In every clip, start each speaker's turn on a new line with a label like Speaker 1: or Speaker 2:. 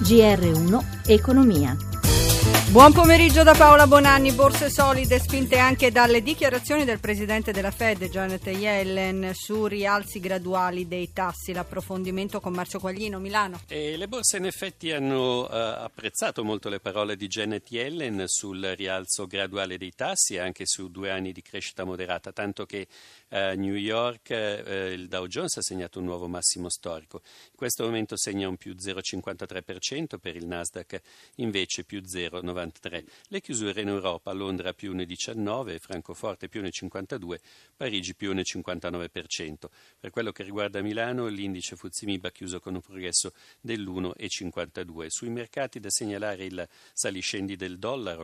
Speaker 1: GR1 Economia.
Speaker 2: Buon pomeriggio da Paola Bonanni. Borse solide spinte anche dalle dichiarazioni del presidente della Fed, Janet Yellen, su rialzi graduali dei tassi. L'approfondimento con Marzio Quaglino, Milano.
Speaker 3: Le borse in effetti hanno apprezzato molto le parole di Janet Yellen sul rialzo graduale dei tassi e anche su 2 anni di crescita moderata, tanto che a New York il Dow Jones ha segnato un nuovo massimo storico. In questo momento segna un più 0,53%, per il Nasdaq invece più 0,93%. Le chiusure in Europa: Londra più 1,19%, Francoforte più 1,52%, Parigi più 1,59%. Per quello che riguarda Milano, l'indice FTSE MIB ha chiuso con un progresso dell'1,52%. Sui mercati da segnalare il saliscendi del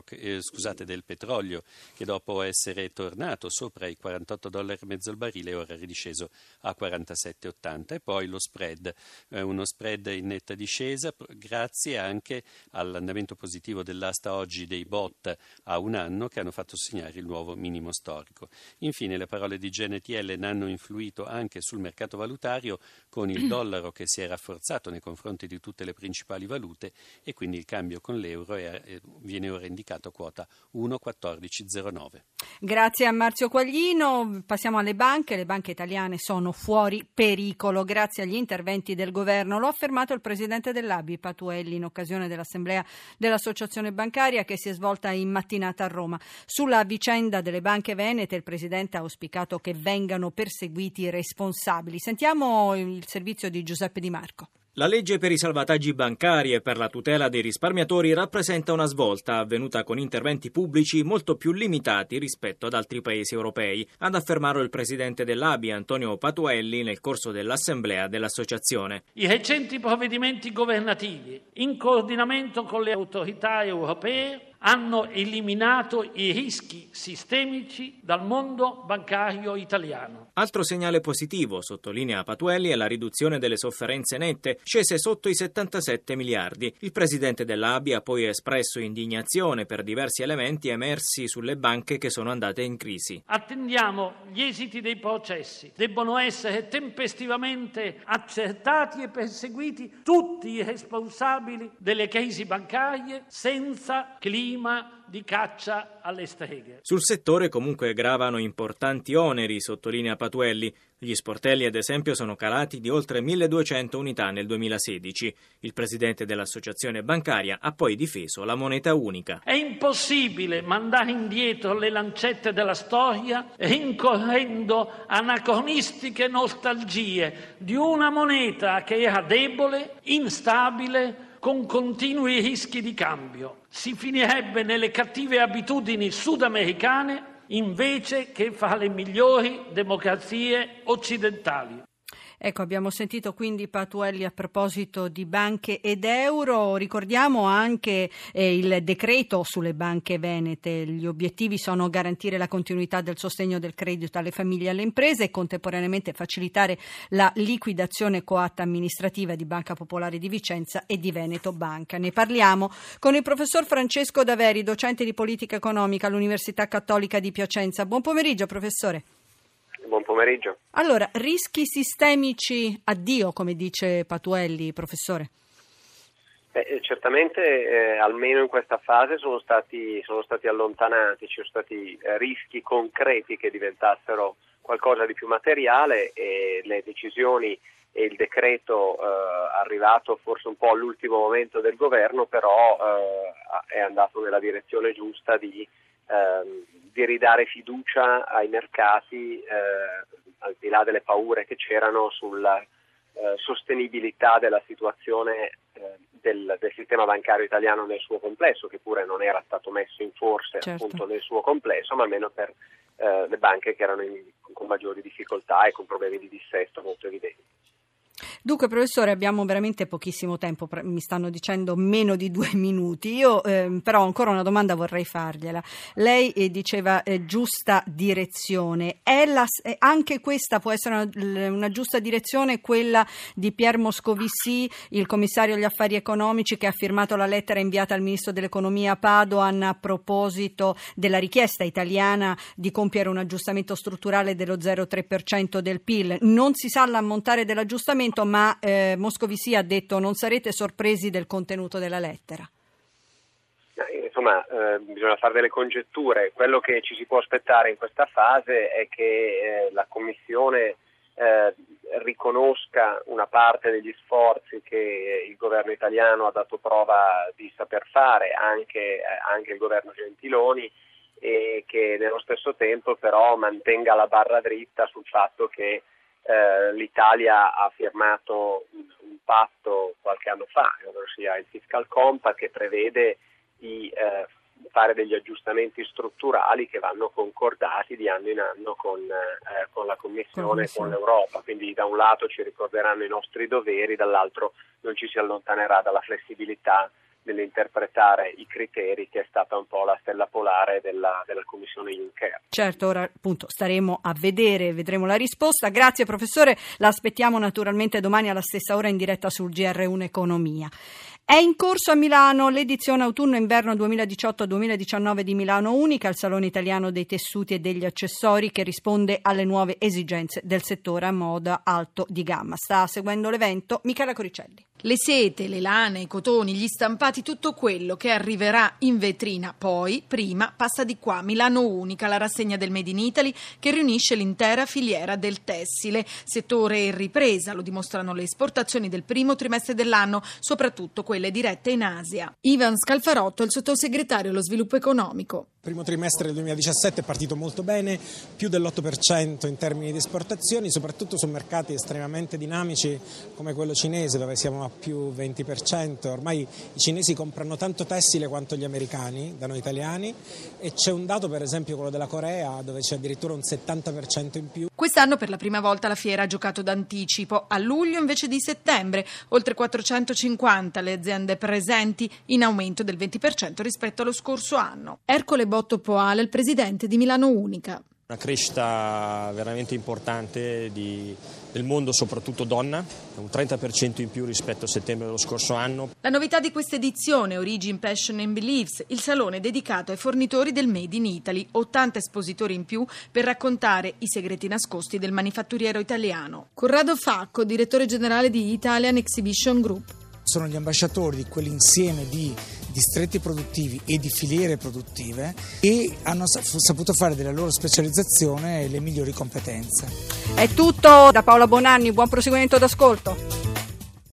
Speaker 3: del petrolio, che dopo essere tornato sopra i $48,5 al barile è ora ridisceso a 47,80. E poi lo spread, uno spread in netta discesa grazie anche all'andamento positivo dell'asta oggi dei bot a 1 anno, che hanno fatto segnare il nuovo minimo storico. Infine le parole di Janet Yellen hanno influito anche sul mercato valutario, con il dollaro che si è rafforzato nei confronti di tutte le principali valute e quindi il cambio con l'euro viene ora indicato a quota 1,1409.
Speaker 2: Grazie a Marzio Quaglino. Passiamo alle banche. Le banche italiane sono fuori pericolo grazie agli interventi del governo. Lo ha affermato il presidente dell'ABI, Patuelli, in occasione dell'assemblea dell'associazione bancaria che si è svolta in mattinata a Roma. Sulla vicenda delle banche venete il presidente ha auspicato che vengano perseguiti i responsabili. Sentiamo il servizio di Giuseppe Di Marco.
Speaker 4: La legge per i salvataggi bancari e per la tutela dei risparmiatori rappresenta una svolta avvenuta con interventi pubblici molto più limitati rispetto ad altri paesi europei, ad affermare il presidente dell'ABI, Antonio Patuelli, nel corso dell'assemblea dell'associazione.
Speaker 5: I recenti provvedimenti governativi, in coordinamento con le autorità europee, hanno eliminato i rischi sistemici dal mondo bancario italiano.
Speaker 4: Altro segnale positivo, sottolinea Patuelli, è la riduzione delle sofferenze nette, scese sotto i 77 miliardi. Il presidente dell'ABI ha poi espresso indignazione per diversi elementi emersi sulle banche che sono andate in crisi.
Speaker 5: Attendiamo gli esiti dei processi. Debbono essere tempestivamente accertati e perseguiti tutti i responsabili delle crisi bancarie senza clima di caccia alle streghe.
Speaker 4: Sul settore comunque gravano importanti oneri, sottolinea Patuelli. Gli sportelli, ad esempio, sono calati di oltre 1.200 unità nel 2016. Il presidente dell'associazione bancaria ha poi difeso la moneta unica.
Speaker 5: È impossibile mandare indietro le lancette della storia rincorrendo anacronistiche nostalgie di una moneta che era debole, instabile, con continui rischi di cambio. Si finirebbe nelle cattive abitudini sudamericane invece che fra le migliori democrazie occidentali.
Speaker 2: Ecco, abbiamo sentito quindi Patuelli a proposito di banche ed euro. Ricordiamo anche il decreto sulle banche venete. Gli obiettivi sono garantire la continuità del sostegno del credito alle famiglie e alle imprese e contemporaneamente facilitare la liquidazione coatta amministrativa di Banca Popolare di Vicenza e di Veneto Banca. Ne parliamo con il professor Francesco Daveri, docente di politica economica all'Università Cattolica di Piacenza. Buon pomeriggio, professore.
Speaker 6: Buon pomeriggio.
Speaker 2: Allora, rischi sistemici addio, come dice Patuelli, professore?
Speaker 6: Certamente, almeno in questa fase sono stati allontanati, ci sono stati rischi concreti che diventassero qualcosa di più materiale e le decisioni e il decreto arrivato forse un po' all'ultimo momento del governo, però è andato nella direzione giusta di ridare fiducia ai mercati, al di là delle paure che c'erano sulla sostenibilità della situazione del sistema bancario italiano nel suo complesso, che pure non era stato messo in forse appunto nel suo complesso, ma almeno per le banche che erano con maggiori difficoltà e con problemi di dissesto molto evidenti.
Speaker 2: Dunque, professore, abbiamo veramente pochissimo tempo, mi stanno dicendo meno di 2 minuti. Io però ancora una domanda vorrei fargliela. Lei diceva giusta direzione. Anche questa può essere una giusta direzione, quella di Pierre Moscovici, il commissario agli affari economici, che ha firmato la lettera inviata al ministro dell'economia Padoan a proposito della richiesta italiana di compiere un aggiustamento strutturale dello 0,3% del PIL. Non si sa l'ammontare dell'aggiustamento, ma Moscovici ha detto: non sarete sorpresi del contenuto della lettera.
Speaker 6: Insomma, bisogna fare delle congetture. Quello che ci si può aspettare in questa fase è che la Commissione riconosca una parte degli sforzi che il governo italiano ha dato prova di saper fare, anche il governo Gentiloni, e che nello stesso tempo però mantenga la barra dritta sul fatto che l'Italia ha firmato un patto qualche anno fa, ossia il Fiscal Compact, che prevede di fare degli aggiustamenti strutturali che vanno concordati di anno in anno con la Commissione e con l'Europa. Quindi da un lato ci ricorderanno i nostri doveri, dall'altro non ci si allontanerà dalla flessibilità nell'interpretare i criteri, che è stata un po' la stella polare della Commissione Juncker.
Speaker 2: Certo, ora appunto staremo a vedremo la risposta. Grazie professore, la aspettiamo naturalmente domani alla stessa ora in diretta sul GR1 Economia. È in corso a Milano l'edizione autunno-inverno 2018-2019 di Milano Unica, il salone italiano dei tessuti e degli accessori che risponde alle nuove esigenze del settore a moda alto di gamma. Sta seguendo l'evento Michela Coricelli.
Speaker 7: Le sete, le lane, i cotoni, gli stampati, tutto quello che arriverà in vetrina poi, prima, passa di qua. Milano Unica, la rassegna del Made in Italy che riunisce l'intera filiera del tessile. Settore in ripresa, lo dimostrano le esportazioni del primo trimestre dell'anno, soprattutto quelle dirette in Asia. Ivan Scalfarotto è il sottosegretario allo sviluppo economico.
Speaker 8: Il primo trimestre del 2017 è partito molto bene, più dell'8% in termini di esportazioni, soprattutto su mercati estremamente dinamici come quello cinese, dove siamo a più 20%. Ormai i cinesi comprano tanto tessile quanto gli americani, da noi italiani, e c'è un dato, per esempio quello della Corea, dove c'è addirittura un 70% in più.
Speaker 7: Quest'anno per la prima volta la fiera ha giocato d'anticipo, a luglio invece di settembre, oltre 450 le aziende presenti, in aumento del 20% rispetto allo scorso anno. Ercole Botto Poale, il presidente di Milano Unica.
Speaker 9: Una crescita veramente importante del mondo, soprattutto donna, un 30% in più rispetto a settembre dello scorso anno.
Speaker 7: La novità di questa edizione, Origin, Passion and Beliefs, il salone dedicato ai fornitori del Made in Italy, 80 espositori in più per raccontare i segreti nascosti del manifatturiero italiano. Corrado Facco, direttore generale di Italian Exhibition Group.
Speaker 10: Sono gli ambasciatori di quell'insieme di distretti produttivi e di filiere produttive e hanno saputo fare della loro specializzazione le migliori competenze.
Speaker 2: È tutto da Paola Bonanni, buon proseguimento d'ascolto.